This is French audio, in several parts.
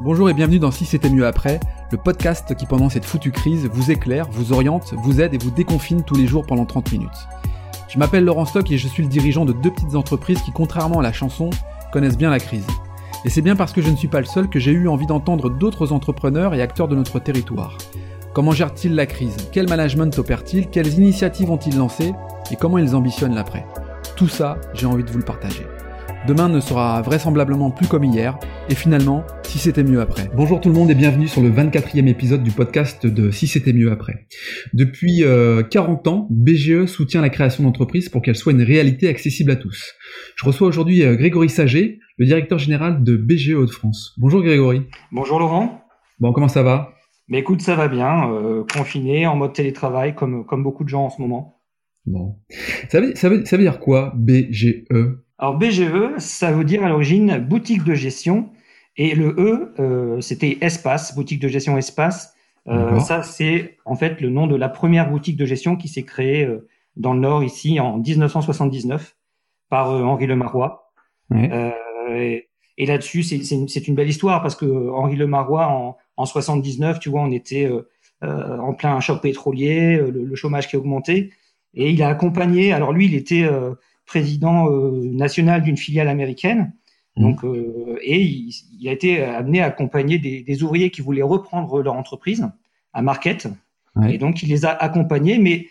Bonjour et bienvenue dans Si c'était mieux après, le podcast qui pendant cette foutue crise vous éclaire, vous oriente, vous aide et vous déconfine tous les jours pendant 30 minutes. Je m'appelle Laurent Stock et je suis le dirigeant de 2 petites entreprises qui, contrairement à la chanson, connaissent bien la crise. Et c'est bien parce que je ne suis pas le seul que j'ai eu envie d'entendre d'autres entrepreneurs et acteurs de notre territoire. Comment gèrent-ils la crise ? Quel management opèrent-ils ? Quelles initiatives ont-ils lancées ? Et comment ils ambitionnent l'après ? Tout ça, j'ai envie de vous le partager. Demain ne sera vraisemblablement plus comme hier, et finalement, si c'était mieux après. Bonjour tout le monde et bienvenue sur le 24e épisode du podcast de Si c'était mieux après. Depuis 40 ans, BGE soutient la création d'entreprises pour qu'elles soient une réalité accessible à tous. Je reçois aujourd'hui Grégory Saget, le directeur général de BGE Hauts-de-France. Bonjour Grégory. Bonjour Laurent. Bon, comment ça va ? Mais écoute, ça va bien, confiné, en mode télétravail, comme beaucoup de gens en ce moment. Bon. Ça veut dire quoi, BGE ? Alors BGE, ça veut dire à l'origine boutique de gestion, et le c'était espace, boutique de gestion espace. Ça, c'est en fait le nom de la première boutique de gestion qui s'est créée dans le Nord, ici, en 1979, par Henri Lemarois. Ouais. Et là-dessus, c'est une belle histoire, parce que Henri Lemarois, en 79, tu vois, on était en plein choc pétrolier, le chômage qui a augmenté, et il a accompagné, alors lui, il était président national d'une filiale américaine, donc, et il a été amené à accompagner des ouvriers qui voulaient reprendre leur entreprise à Marquette, et donc il les a accompagnés, mais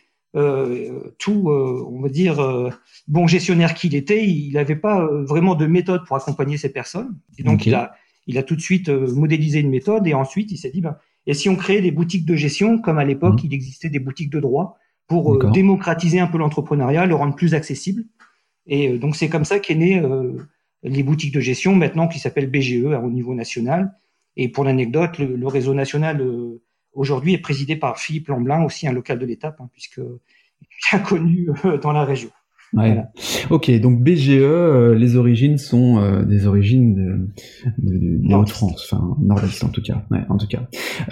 on va dire, bon gestionnaire qu'il était, il n'avait pas vraiment de méthode pour accompagner ces personnes, et donc il a tout de suite modélisé une méthode, et ensuite il s'est dit, et si on créait des boutiques de gestion, comme à l'époque il existait des boutiques de droit, pour démocratiser un peu l'entrepreneuriat, le rendre plus accessible. Et donc c'est comme ça qu'est né les boutiques de gestion maintenant qui s'appellent BGE au niveau national. Et pour l'anecdote, le réseau national aujourd'hui est présidé par Philippe Lamblin, aussi un local de l'étape, puisque bien connu dans la région. Ouais. Voilà. Ok, donc BGE, les origines sont des origines de Hauts-de-France, enfin nordistes en tout cas. Ouais, en tout cas.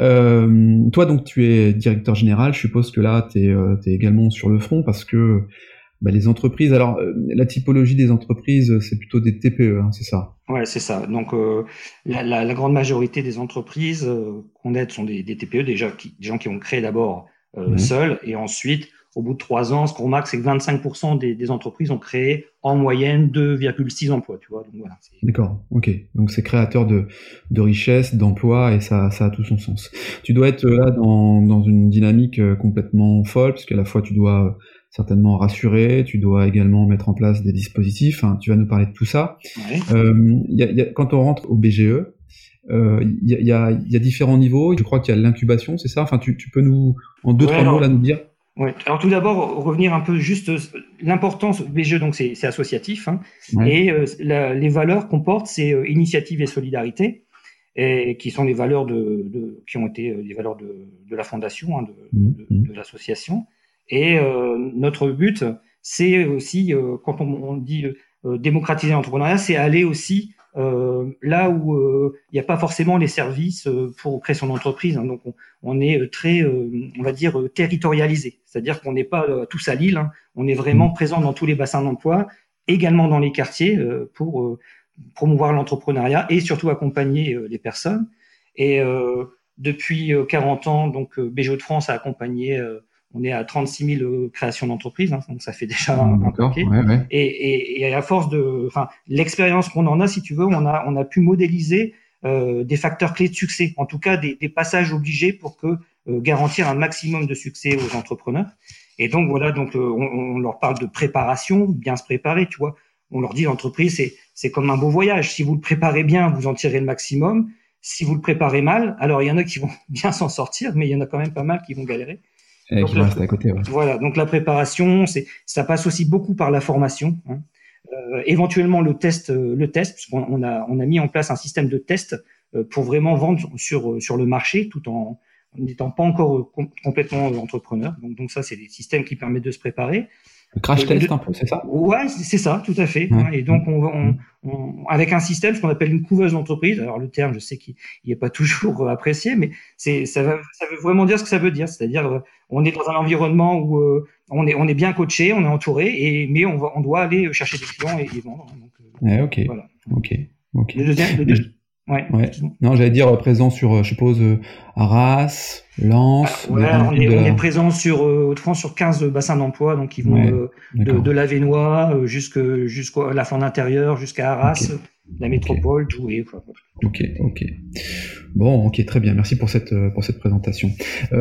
Toi donc tu es directeur général, je suppose que là t'es également sur le front parce que les entreprises. Alors la typologie des entreprises, c'est plutôt des TPE, c'est ça ? Ouais, c'est ça. Donc la grande majorité des entreprises qu'on aide sont des TPE, des gens qui ont créé d'abord seuls, et ensuite au bout de 3 ans, ce qu'on remarque, c'est que 25% des entreprises ont créé en moyenne 2,6 emplois. Tu vois, donc voilà. D'accord, ok. Donc c'est créateur de richesse, d'emplois, et ça a tout son sens. Tu dois être là dans une dynamique complètement folle, parce qu'à la fois tu dois certainement rassurer, tu dois également mettre en place des dispositifs. Tu vas nous parler de tout ça. Ouais. Quand on rentre au BGE, il y a différents niveaux. Je crois qu'il y a l'incubation, c'est ça ? Enfin, tu peux nous, en 2-3 mots là, nous dire ? Oui. Alors tout d'abord, revenir un peu juste l'importance BGE, donc c'est associatif, et les valeurs qu'on porte, c'est initiative et solidarité, et qui sont les valeurs qui ont été les valeurs de la fondation, de l'association. Et notre but, c'est aussi, quand on dit démocratiser l'entrepreneuriat, c'est aller aussi là où il n'y a pas forcément les services pour créer son entreprise. Donc on est très, on va dire, territorialisé. C'est-à-dire qu'on n'est pas tous à Lille. On est vraiment présent dans tous les bassins d'emploi, également dans les quartiers, pour promouvoir l'entrepreneuriat et surtout accompagner les personnes. Et depuis 40 ans, donc BGE de France a accompagné on est à 36 000 créations d'entreprises, donc ça fait déjà un paquet. Ouais. Et à force l'expérience qu'on en a, si tu veux, on a pu modéliser des facteurs clés de succès, en tout cas des passages obligés pour garantir un maximum de succès aux entrepreneurs. Et donc voilà, on leur parle de préparation, bien se préparer, tu vois. On leur dit l'entreprise c'est comme un beau voyage. Si vous le préparez bien, vous en tirez le maximum. Si vous le préparez mal, alors il y en a qui vont bien s'en sortir, mais il y en a quand même pas mal qui vont galérer. Et qui reste à côté, ouais. Voilà, donc la préparation, ça passe aussi beaucoup par la formation, éventuellement le test, parce qu'on a mis en place un système de test pour vraiment vendre sur le marché, tout en n'étant pas encore complètement entrepreneur. Donc ça, c'est des systèmes qui permettent de se préparer. Le crash test un peu, c'est ça ? Ouais, c'est ça, tout à fait. Ouais. Et donc, on, avec un système, ce qu'on appelle une couveuse d'entreprise. Alors, le terme, je sais qu'il n'est pas toujours apprécié, mais ça veut vraiment dire ce que ça veut dire. C'est-à-dire, on est dans un environnement où on est bien coaché, on est entouré, mais on doit aller chercher des clients et vendre. Donc, ouais, ok. Voilà. Ok. Le Ouais. Non, j'allais dire présent sur, je suppose, Arras, Lens. On est présent sur Hauts-de-France sur 15 bassins d'emploi, donc qui vont de l'Avesnois jusqu'à la Flandre intérieure, jusqu'à Arras, la métropole, Douai. Ok. Bon, ok, très bien. Merci pour cette présentation.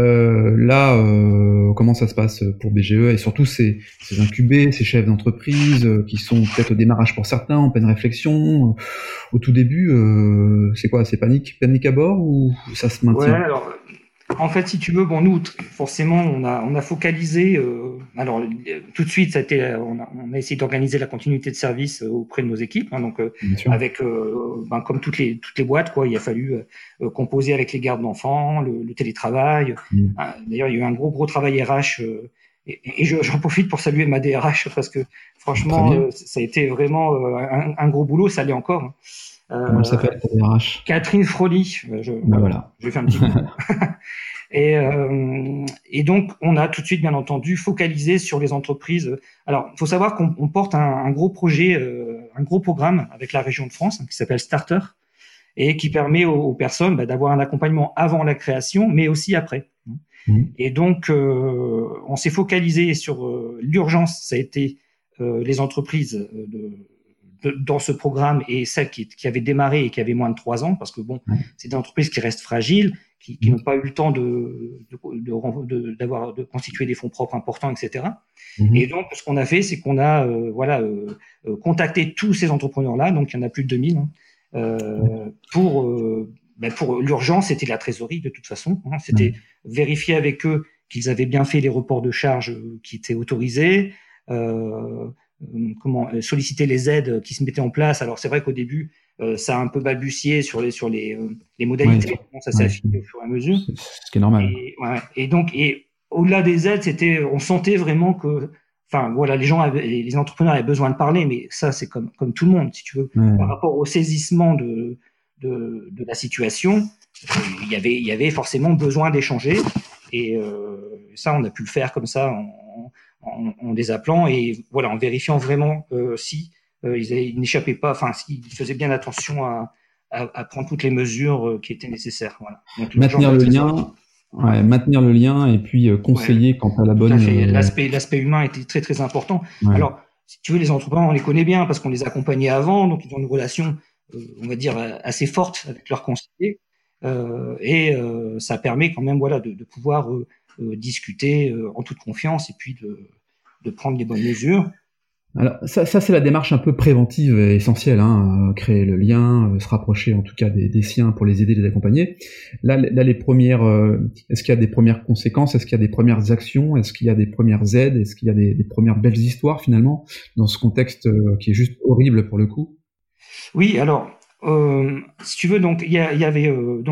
Là, comment ça se passe pour BGE et surtout ces incubés, ces chefs d'entreprise qui sont peut-être au démarrage pour certains, en pleine réflexion, au tout début, c'est quoi? C'est panique à bord ou ça se maintient? Ouais, alors en fait, si tu veux, bon, nous, forcément, on a focalisé. Alors, tout de suite, on a essayé d'organiser la continuité de service auprès de nos équipes. Hein, donc, avec, comme toutes les boîtes, quoi, il a fallu composer avec les gardes d'enfants, le télétravail. D'ailleurs, il y a eu un gros travail RH. Et j'en profite pour saluer ma DRH parce que, franchement, ça a été vraiment un gros boulot. Ça l'est encore. Hein. Comment elle s'appelle, ta DRH? Catherine Froli. Voilà. J'ai fait un petit coup. Et donc, on a tout de suite, bien entendu, focalisé sur les entreprises. Alors, il faut savoir qu'on porte un gros projet, un gros programme avec la région de France qui s'appelle Starter et qui permet aux personnes d'avoir un accompagnement avant la création, mais aussi après. Et donc, on s'est focalisé sur l'urgence. Ça a été les entreprises dans ce programme et celles qui avaient démarré et qui avaient moins de 3 ans, parce que bon, c'est des entreprises qui restent fragiles, qui n'ont pas eu le temps de constituer des fonds propres importants, etc. Et donc, ce qu'on a fait, c'est qu'on a contacté tous ces entrepreneurs-là, donc il y en a plus de 2000, pour l'urgence, c'était la trésorerie de toute façon. Hein, c'était vérifier avec eux qu'ils avaient bien fait les reports de charges qui étaient autorisés, solliciter les aides qui se mettaient en place. Alors c'est vrai qu'au début, ça a un peu balbutié sur les modalités. Ça s'est affiné au fur et à mesure. Ce qui est normal. Et donc, au-delà des aides, on sentait vraiment que, les entrepreneurs avaient besoin de parler, mais ça, c'est comme tout le monde, si tu veux, par rapport au saisissement de la situation, il y avait forcément besoin d'échanger. Et ça, on a pu le faire comme ça en les appelant et voilà, en vérifiant vraiment si ils n'échappaient pas, enfin, s'ils faisaient bien attention à prendre toutes les mesures qui étaient nécessaires. Voilà. Donc, maintenir le lien et puis conseiller quant à la bonne. L'aspect humain était très très important. Alors, si tu veux, les entrepreneurs, on les connaît bien parce qu'on les accompagnait avant, donc ils ont une relation, on va dire, assez forte avec leurs conseillers. Ça permet quand même de pouvoir discuter en toute confiance et puis de prendre les bonnes mesures. Alors ça c'est la démarche un peu préventive et essentielle, créer le lien, se rapprocher en tout cas des siens pour les aider, les accompagner. Là les premières, est-ce qu'il y a des premières conséquences, est-ce qu'il y a des premières actions, est-ce qu'il y a des premières aides, est-ce qu'il y a des premières belles histoires finalement dans ce contexte qui est juste horrible pour le coup? Oui, alors si tu veux, donc il y avait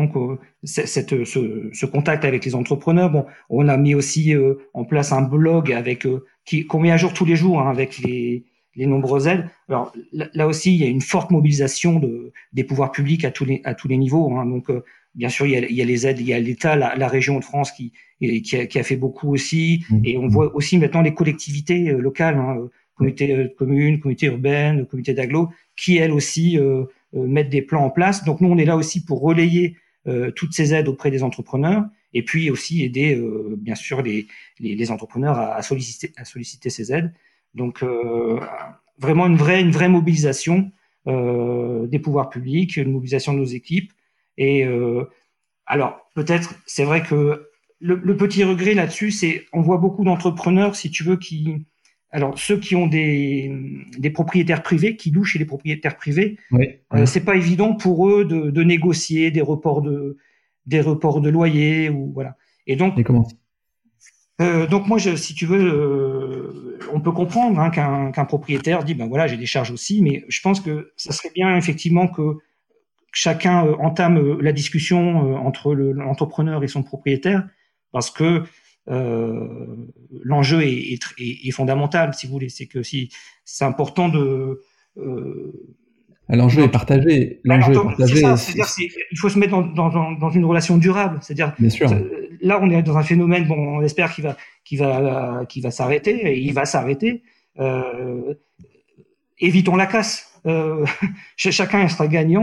ce contact avec les entrepreneurs. Bon, on a mis aussi en place un blog qu'on met à jour tous les jours avec les nombreuses aides. Alors là aussi, il y a une forte mobilisation des pouvoirs publics à tous les niveaux. Donc bien sûr, il y a les aides, il y a l'État, la région de France qui a fait beaucoup aussi, et on voit aussi maintenant les collectivités locales, communautés de communes, communautés urbaines, communautés d'agglo, qui elles aussi mettre des plans en place. Donc nous, on est là aussi pour relayer toutes ces aides auprès des entrepreneurs et puis aussi aider bien sûr les entrepreneurs à solliciter ces aides. Donc vraiment une vraie mobilisation des pouvoirs publics, une mobilisation de nos équipes. Et alors peut-être, c'est vrai que le petit regret là-dessus, c'est on voit beaucoup d'entrepreneurs, si tu veux, alors, ceux qui ont des propriétaires privés, qui louent chez les propriétaires privés, c'est pas évident pour eux de négocier des reports de loyer ou voilà. Et donc, moi, si tu veux, on peut comprendre qu'un propriétaire dit voilà, j'ai des charges aussi, mais je pense que ça serait bien effectivement que chacun entame la discussion entre l'entrepreneur et son propriétaire, parce que l'enjeu est fondamental, si vous voulez. C'est que c'est important de. L'enjeu est partagé. C'est ça. C'est-à-dire, il faut se mettre dans une relation durable. C'est-à-dire, bien sûr. Là, on est dans un phénomène. Bon, on espère qu'il va s'arrêter. Et il va s'arrêter. Évitons la casse. Chacun sera gagnant.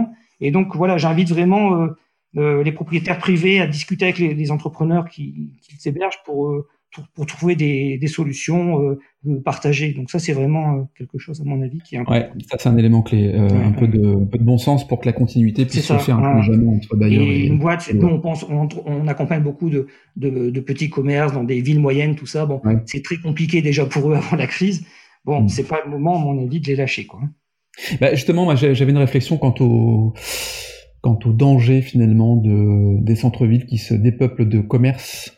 Et donc voilà, j'invite vraiment les propriétaires privés à discuter avec les entrepreneurs qui s'hébergent pour trouver des solutions partagées. Donc ça, c'est vraiment quelque chose, à mon avis, qui est important. Ouais, ça c'est un élément clé, un peu de bon sens pour que la continuité puisse se faire intelligemment entre bailleurs et une boîte. Nous, on accompagne beaucoup de petits commerces dans des villes moyennes, tout ça. Bon, c'est très compliqué déjà pour eux avant la crise. Bon, c'est pas le moment, à mon avis, de les lâcher, quoi. Bah justement, moi, j'avais une réflexion quant au danger finalement des centres-villes qui se dépeuplent de commerces.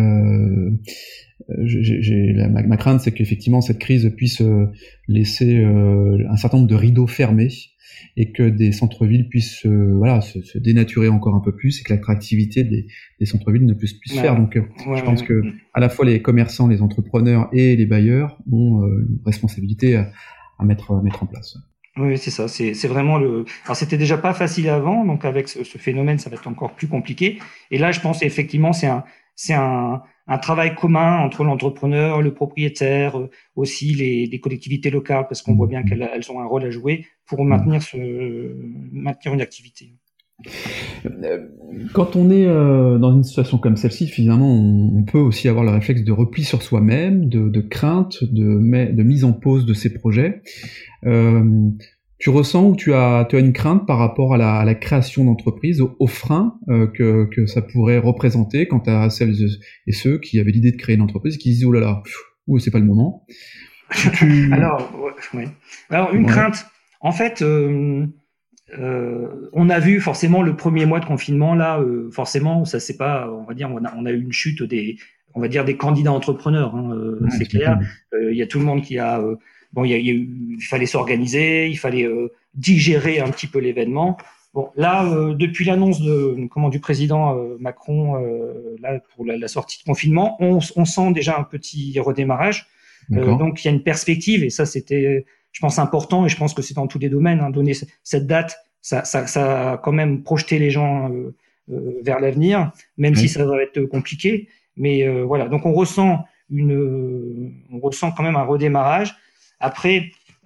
Ma crainte, c'est qu'effectivement cette crise puisse laisser un certain nombre de rideaux fermés et que des centres-villes puissent se dénaturer encore un peu plus et que l'attractivité des centres-villes ne puisse plus se faire. Donc je pense que à la fois les commerçants, les entrepreneurs et les bailleurs ont une responsabilité à mettre en place. Oui, c'est ça. C'est vraiment Alors, c'était déjà pas facile avant, donc avec ce phénomène, ça va être encore plus compliqué. Et là, je pense effectivement, c'est un travail commun entre l'entrepreneur, le propriétaire, aussi les collectivités locales, parce qu'on voit bien qu'elles ont un rôle à jouer pour maintenir une activité. Quand on est dans une situation comme celle-ci, finalement, on peut aussi avoir le réflexe de repli sur soi-même, de crainte, de mise en pause de ses projets. Tu ressens ou tu as une crainte par rapport à la création d'entreprise, aux freins que ça pourrait représenter quant à celles et ceux qui avaient l'idée de créer une entreprise, qui disent oh là là, c'est pas le moment. Alors une crainte. En fait, on a vu forcément le premier mois de confinement là. Forcément, ça c'est pas. On va dire, on a eu une chute des candidats entrepreneurs. C'est clair. Il y a tout le monde qui a Bon, il fallait s'organiser, il fallait digérer un petit peu l'événement. Bon, là, depuis l'annonce du président Macron là pour la sortie de confinement, on sent déjà un petit redémarrage. Donc il y a une perspective et ça c'était, je pense, important et je pense que c'est dans tous les domaines. Donner cette date, ça a quand même projeté les gens vers l'avenir, même si ça va être compliqué. Mais voilà, donc on ressent quand même un redémarrage. Après,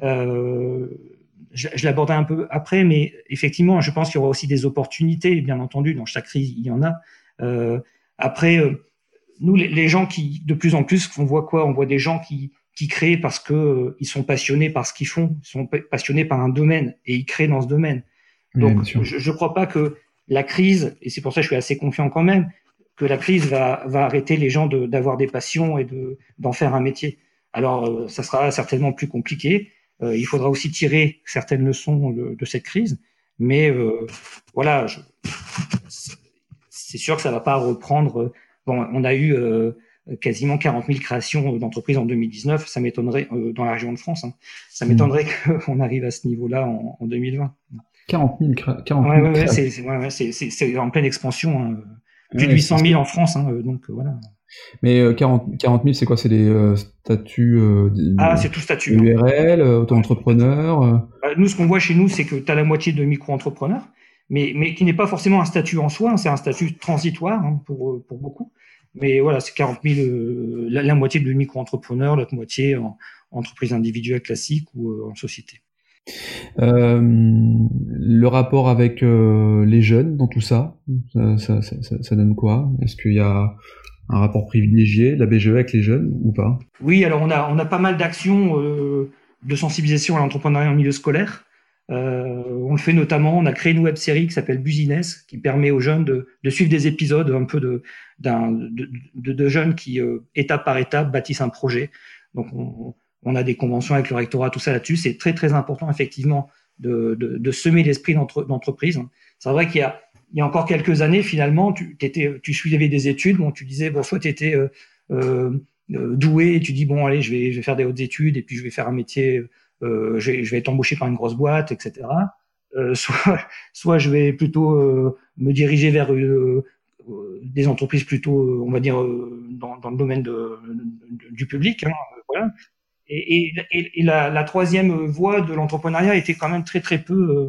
je l'aborderai un peu après, mais effectivement, je pense qu'il y aura aussi des opportunités, bien entendu, dans chaque crise, il y en a. Après, nous, les gens qui, de plus en plus, on voit quoi ? On voit des gens qui créent parce que ils sont passionnés par ce qu'ils font, ils sont passionnés par un domaine et ils créent dans ce domaine. Donc, je crois pas que la crise, et c'est pour ça que je suis assez confiant quand même, que la crise va arrêter les gens d'avoir des passions et d'en faire un métier. Alors, ça sera certainement plus compliqué. Il faudra aussi tirer certaines leçons de cette crise. Mais voilà, c'est sûr que ça va pas reprendre. Bon, on a eu quasiment 40 000 créations d'entreprises en 2019. Ça m'étonnerait, dans la région de France, ça m'étonnerait qu'on arrive à ce niveau-là en 2020. 40 000 créations. C'est en pleine expansion. Plus de 800 000 en France. Donc voilà. Mais 40 000, c'est quoi ? C'est des statuts c'est tout statut. URL, auto-entrepreneur Nous, ce qu'on voit chez nous, c'est que tu as la moitié de micro-entrepreneurs, mais qui n'est pas forcément un statut en soi, c'est un statut transitoire pour beaucoup. Mais voilà, c'est 40 000, la moitié de micro-entrepreneurs, l'autre moitié en entreprise individuelle classique ou en société. Le rapport avec les jeunes dans tout ça donne quoi ? Est-ce qu'il y a un rapport privilégié, la BGE avec les jeunes ou pas ? Oui, alors on a pas mal d'actions de sensibilisation à l'entrepreneuriat en milieu scolaire. On le fait notamment, on a créé une web-série qui s'appelle Business, qui permet aux jeunes de suivre des épisodes un peu de jeunes qui, étape par étape, bâtissent un projet. Donc on a des conventions avec le rectorat, tout ça là-dessus. C'est très très important effectivement de semer l'esprit d'entreprise. C'est vrai qu'il y a encore quelques années, finalement, tu suivais des études, tu disais, soit tu étais doué, et tu dis, allez, je vais faire des hautes études, et puis je vais faire un métier, je vais être embauché par une grosse boîte, etc. Soit je vais plutôt me diriger vers des entreprises plutôt, on va dire, dans le domaine du public. Voilà. Et la troisième voie de l'entrepreneuriat était quand même très très peu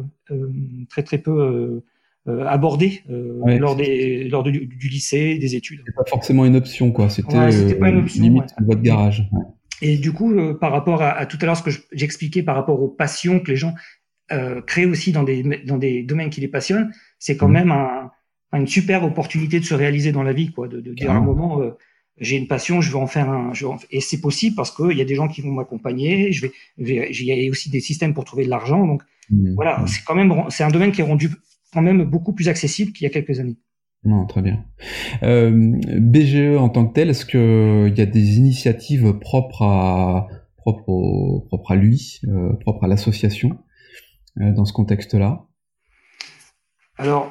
abordé lors du lycée, des études. C'était pas forcément une option, quoi. C'était pas une option, limite une voie de garage. Et du coup, par rapport à tout à l'heure ce que j'expliquais par rapport aux passions que les gens créer aussi dans des domaines qui les passionnent, c'est quand même une super opportunité de se réaliser dans la vie, quoi, de dire à un moment, j'ai une passion, je vais en faire et c'est possible parce que il y a des gens qui vont m'accompagner, il y a aussi des systèmes pour trouver de l'argent, donc voilà, c'est un domaine qui est rendu quand même beaucoup plus accessible qu'il y a quelques années. Non, très bien. BGE en tant que tel, est-ce que il y a des initiatives propres à lui, propres à l'association dans ce contexte-là? Alors,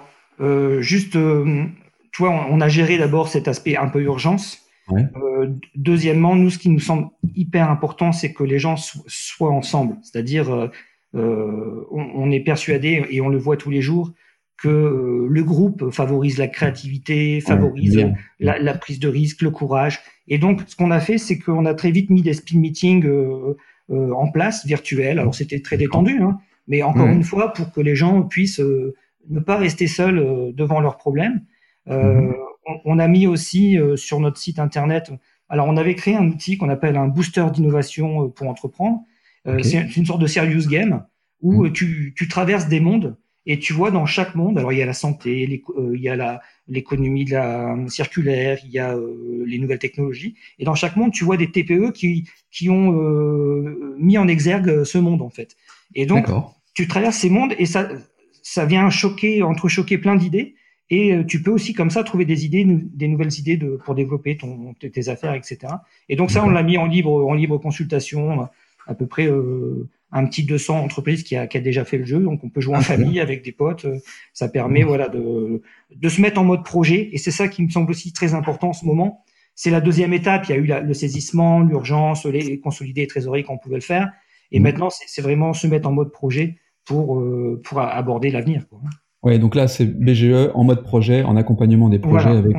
tu vois, on a géré d'abord cet aspect un peu urgence. Ouais. Deuxièmement, nous, ce qui nous semble hyper important, c'est que les gens soient ensemble. C'est-à-dire, on est persuadé, et on le voit tous les jours, que le groupe favorise la créativité, favorise la prise de risque, le courage. Et donc, ce qu'on a fait, c'est qu'on a très vite mis des speed meetings en place, virtuels. Alors, c'était très détendu, hein, mais encore une fois, pour que les gens puissent ne pas rester seuls devant leurs problèmes. On a mis aussi sur notre site internet. Alors, on avait créé un outil qu'on appelle un booster d'innovation pour entreprendre. C'est une sorte de serious game où tu traverses des mondes et tu vois dans chaque monde. Alors, il y a la santé, il y a l'économie de la circulaire, il y a les nouvelles technologies. Et dans chaque monde, tu vois des TPE qui ont mis en exergue ce monde en fait. Et donc, tu traverses ces mondes et ça vient entrechoquer plein d'idées. Et tu peux aussi comme ça trouver des nouvelles idées pour développer tes affaires, etc. Et donc ça, on l'a mis en libre consultation, à peu près un petit 200 entreprises qui a déjà fait le jeu. Donc on peut jouer en famille avec des potes. Ça permet de se mettre en mode projet. Et c'est ça qui me semble aussi très important en ce moment. C'est la deuxième étape. Il y a eu le saisissement, l'urgence, les consolider les trésoreries quand on pouvait le faire. Et maintenant, c'est vraiment se mettre en mode projet pour aborder l'avenir, quoi. Ouais, donc là, c'est BGE en mode projet, en accompagnement des projets avec.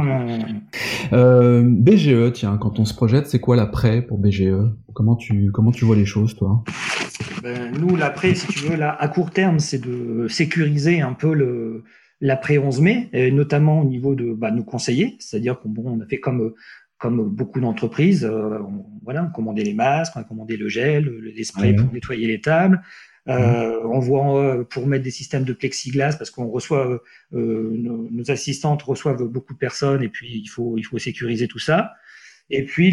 BGE, tiens, quand on se projette, c'est quoi l'après pour BGE? Comment tu vois les choses, toi? Nous, l'après, si tu veux, là, à court terme, c'est de sécuriser un peu l'après 11 mai, et notamment au niveau de nos conseillers, c'est-à-dire qu'on a fait comme beaucoup d'entreprises, on a commandé les masques, on a commandé le gel, les sprays pour nettoyer les tables. On voit pour mettre des systèmes de plexiglas parce qu'on reçoit nos assistantes reçoivent beaucoup de personnes et puis il faut sécuriser tout ça. Et puis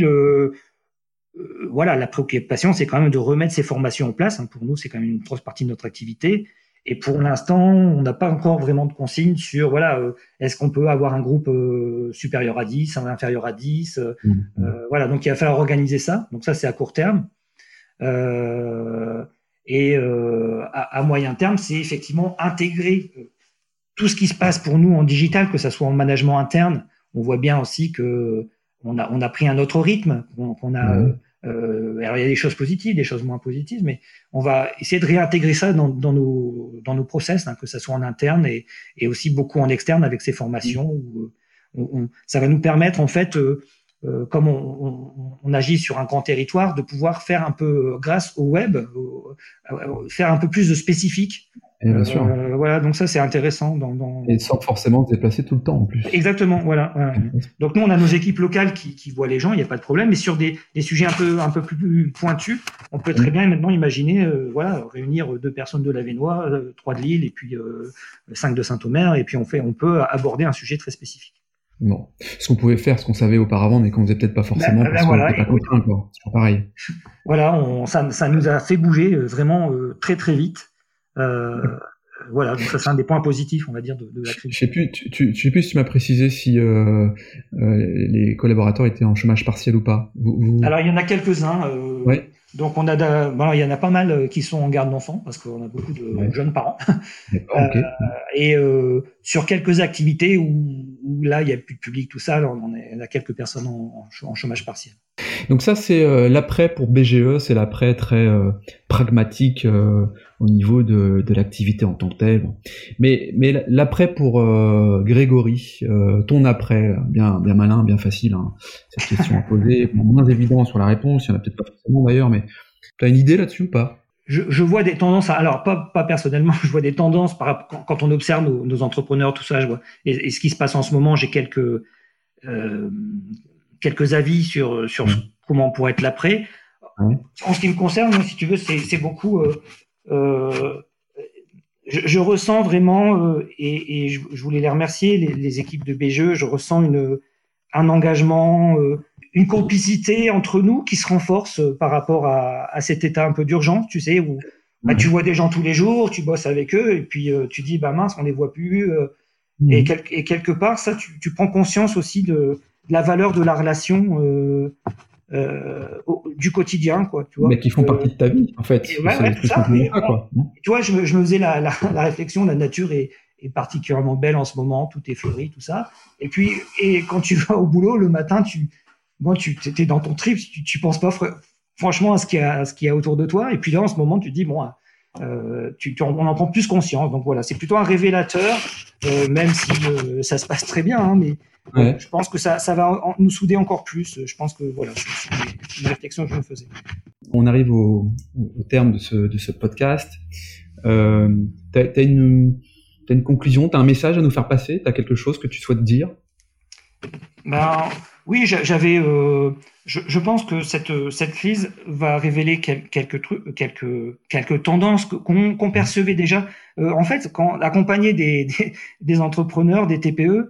la préoccupation, c'est quand même de remettre ces formations en place. Pour nous, c'est quand même une grosse partie de notre activité. Et pour l'instant, on n'a pas encore vraiment de consignes sur est-ce qu'on peut avoir un groupe supérieur à 10, inférieur à 10. Donc il va falloir organiser ça. Donc ça, c'est à court terme. Et à moyen terme, c'est effectivement intégrer tout ce qui se passe pour nous en digital, que ça soit en management interne. On voit bien aussi que on a pris un autre rythme. Alors il y a des choses positives, des choses moins positives, mais on va essayer de réintégrer ça dans nos process, que ça soit en interne et aussi beaucoup en externe avec ces formations. Où ça va nous permettre en fait comme on agit sur un grand territoire, de pouvoir faire un peu, grâce au web, faire un peu plus de spécifique. Bien sûr. Donc ça, c'est intéressant. Et sans forcément se déplacer tout le temps, en plus. Exactement, voilà. Donc nous, on a nos équipes locales qui voient les gens, il n'y a pas de problème. Mais sur des sujets un peu plus pointus, on peut très bien maintenant imaginer, réunir 2 personnes de l'Avesnois, 3 de Lille et puis 5 de Saint-Omer, et puis on peut aborder un sujet très spécifique. Non. Ce qu'on pouvait faire, ce qu'on savait auparavant, mais qu'on faisait peut-être pas forcément parce qu'on n'était pas contraint, quoi. C'est toujours pareil. Voilà, ça nous a fait bouger vraiment très très vite. Donc ça c'est un des points positifs, on va dire, de la crise. Je sais plus si tu m'as précisé si les collaborateurs étaient en chômage partiel ou pas. Alors il y en a quelques-uns. Donc il y en a pas mal qui sont en garde d'enfants parce qu'on a beaucoup de jeunes parents. Et sur quelques activités où là il y a plus de public, tout ça, alors on a quelques personnes en chômage partiel. Donc ça c'est l'après pour BGE, c'est l'après très pragmatique au niveau de l'activité en tant que telle. Mais l'après pour Grégory, ton après, bien malin, bien facile, cette question à poser, moins évident sur la réponse, il y en a peut-être pas forcément d'ailleurs, mais tu as une idée là-dessus ou pas? Je vois des tendances, alors pas personnellement, je vois des tendances quand on observe nos entrepreneurs, tout ça, je vois. Et ce qui se passe en ce moment, j'ai quelques avis sur comment pourrait être l'après. En ce qui me concerne, si tu veux, c'est beaucoup je ressens vraiment, et je voulais les remercier, les équipes de BGE, je ressens un engagement, une complicité entre nous qui se renforce par rapport à cet état un peu d'urgence, tu sais, où tu vois des gens tous les jours, tu bosses avec eux, et puis tu dis, mince, on les voit plus. Et quelque part, ça, tu prends conscience aussi de la valeur de la relation du quotidien, quoi, tu vois. Mais qui font partie de ta vie, en fait. Ouais, tout ça. Quoi. Tu vois, je me faisais la réflexion, la nature est particulièrement belle en ce moment, tout est fleuri, tout ça. Et puis, quand tu vas au boulot le matin, tu es dans ton trip, tu penses pas franchement à ce qu'il y a autour de toi. Et puis là, en ce moment, tu te dis, bon, on en prend plus conscience. Donc voilà, c'est plutôt un révélateur, même si ça se passe très bien, hein, mais je pense que ça va nous souder encore plus. Je pense que voilà, c'est une réflexion que je me faisais. On arrive au terme de ce podcast. T'as une conclusion, t'as un message à nous faire passer, t'as quelque chose que tu souhaites dire? Oui, j'avais. Je pense que cette crise va révéler quelques trucs, quelques tendances qu'on percevait déjà. En fait, quand accompagner des entrepreneurs, des TPE,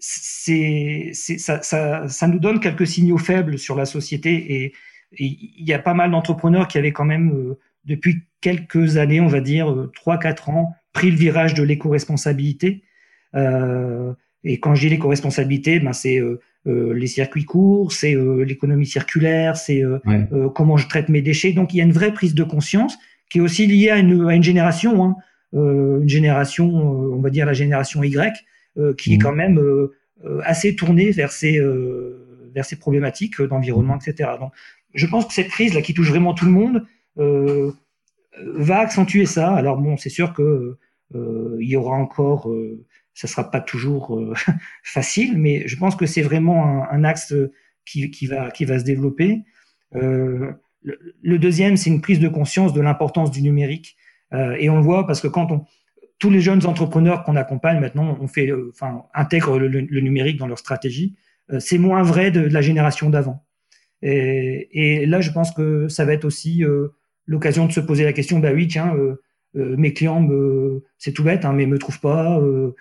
ça nous donne quelques signaux faibles sur la société, et il y a pas mal d'entrepreneurs qui avaient quand même depuis quelques années, on va dire 3-4 ans, pris le virage de l'éco-responsabilité. Et quand je dis l'éco-responsabilité, c'est les circuits courts, c'est l'économie circulaire, c'est comment je traite mes déchets. Donc il y a une vraie prise de conscience qui est aussi liée à une génération, hein, une génération, on va dire la génération Y, qui est quand même assez tournée vers ces problématiques d'environnement, etc. Donc je pense que cette crise là qui touche vraiment tout le monde va accentuer ça. Alors bon, c'est sûr que il y aura encore ça sera pas toujours facile, mais je pense que c'est vraiment un axe qui va se développer. Le deuxième, c'est une prise de conscience de l'importance du numérique, et on le voit parce que tous les jeunes entrepreneurs qu'on accompagne maintenant, intègrent le numérique dans leur stratégie. C'est moins vrai de la génération d'avant. Et là, je pense que ça va être aussi l'occasion de se poser la question, oui, tiens, mes clients c'est tout bête, hein, mais me trouvent pas,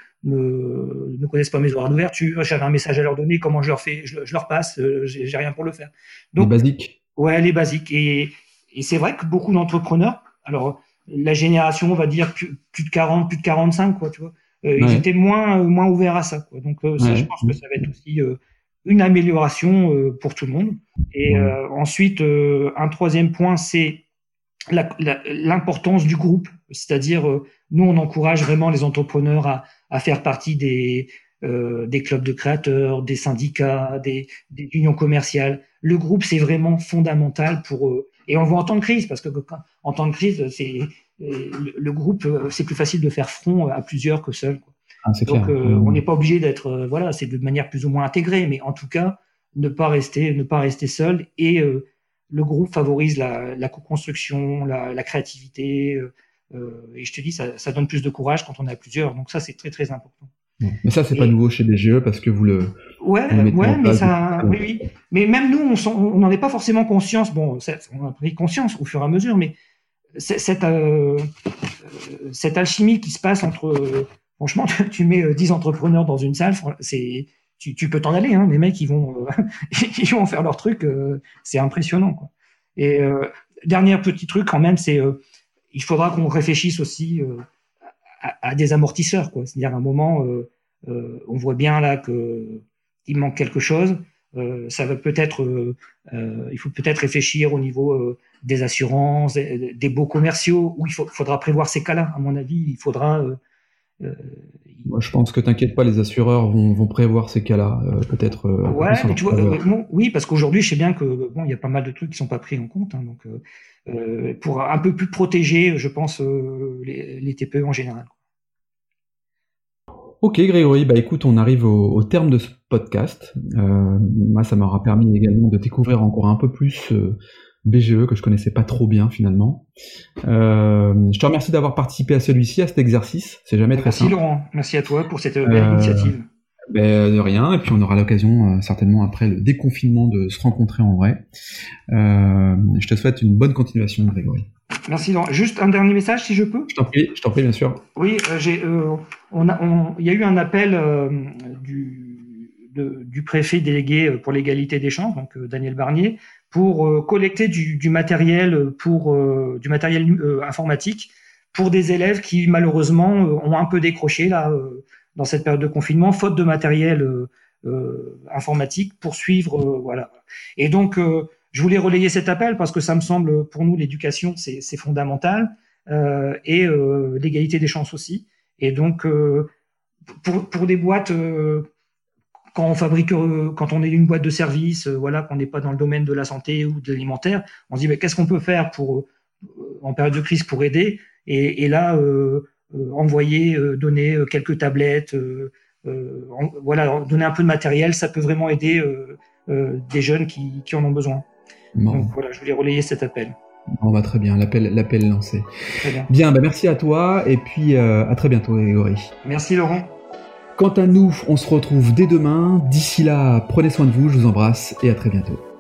ne connaissent pas mes horaires d'ouverture, j'avais un message à leur donner, comment je leur fais, je leur passe, j'ai rien pour le faire. Donc, les basiques. Ouais, les basiques. Et c'est vrai que beaucoup d'entrepreneurs, alors la génération, on va dire plus de 40, plus de 45, quoi, tu vois, ils étaient moins ouverts à ça, quoi. Donc ça, je pense que ça va être aussi une amélioration pour tout le monde. Et ensuite, un troisième point, c'est l'importance du groupe, c'est-à-dire nous on encourage vraiment les entrepreneurs à faire partie des clubs de créateurs, des syndicats, des unions commerciales. Le groupe c'est vraiment fondamental pour et on le voit en temps de crise parce que en temps de crise c'est le groupe c'est plus facile de faire front à plusieurs que seul, quoi. Donc on n'est pas obligé d'être c'est de manière plus ou moins intégrée, mais en tout cas ne pas rester seul, et le groupe favorise la co-construction, la créativité, et je te dis, ça donne plus de courage quand on est à plusieurs. Donc ça, c'est très, très important. Mais ça, c'est pas nouveau chez BGE parce que vous le... mais ça... Oui. Mais même nous, on n'en est pas forcément conscience. Bon, on a pris conscience au fur et à mesure, mais cette cette alchimie qui se passe entre... franchement, tu mets 10 entrepreneurs dans une salle, tu peux t'en aller, hein, les mecs ils vont faire leur truc, c'est impressionnant, quoi. Et dernier petit truc quand même, c'est il faudra qu'on réfléchisse aussi à des amortisseurs, quoi. C'est-à-dire à un moment on voit bien là que il manque quelque chose, ça va peut-être il faut peut-être réfléchir au niveau des assurances, des baux commerciaux, où il faudra prévoir ces cas-là. À mon avis, il faudra moi, je pense que t'inquiète pas, les assureurs vont prévoir ces cas-là, peut-être. Mais tu vois, oui, parce qu'aujourd'hui, je sais bien que il y a pas mal de trucs qui sont pas pris en compte, hein, donc pour un peu plus protéger, je pense, les TPE en général. Ok, Grégory, écoute, on arrive au terme de ce podcast. Moi, ça m'aura permis également de découvrir encore un peu plus BGE que je connaissais pas trop bien finalement. Je te remercie d'avoir participé à celui-ci, à cet exercice. C'est jamais très simple. Merci Laurent, merci à toi pour cette belle initiative. De rien, et puis on aura l'occasion certainement après le déconfinement de se rencontrer en vrai. Je te souhaite une bonne continuation, Grégory. Merci Laurent. Juste un dernier message, si je peux. Je t'en prie, bien sûr. Oui, il y a eu un appel du préfet délégué pour l'égalité des chances, donc Daniel Barnier, pour collecter du matériel informatique pour des élèves qui malheureusement ont un peu décroché là dans cette période de confinement, faute de matériel informatique pour suivre, voilà. Et donc je voulais relayer cet appel parce que ça me semble, pour nous, l'éducation, c'est fondamental, et l'égalité des chances aussi. Et donc, pour des boîtes, quand on est une boîte de service, voilà, qu'on n'est pas dans le domaine de la santé ou de l'alimentaire, on se dit, mais qu'est-ce qu'on peut faire en période de crise pour aider? Et là, envoyer, donner quelques tablettes, voilà, donner un peu de matériel, ça peut vraiment aider des jeunes qui en ont besoin. Bon. Donc voilà, je voulais relayer cet appel. On va très bien, l'appel lancé. Très bien. Bien, merci à toi et puis à très bientôt, Grégory. Merci Laurent. Quant à nous, on se retrouve dès demain. D'ici là, prenez soin de vous, je vous embrasse et à très bientôt.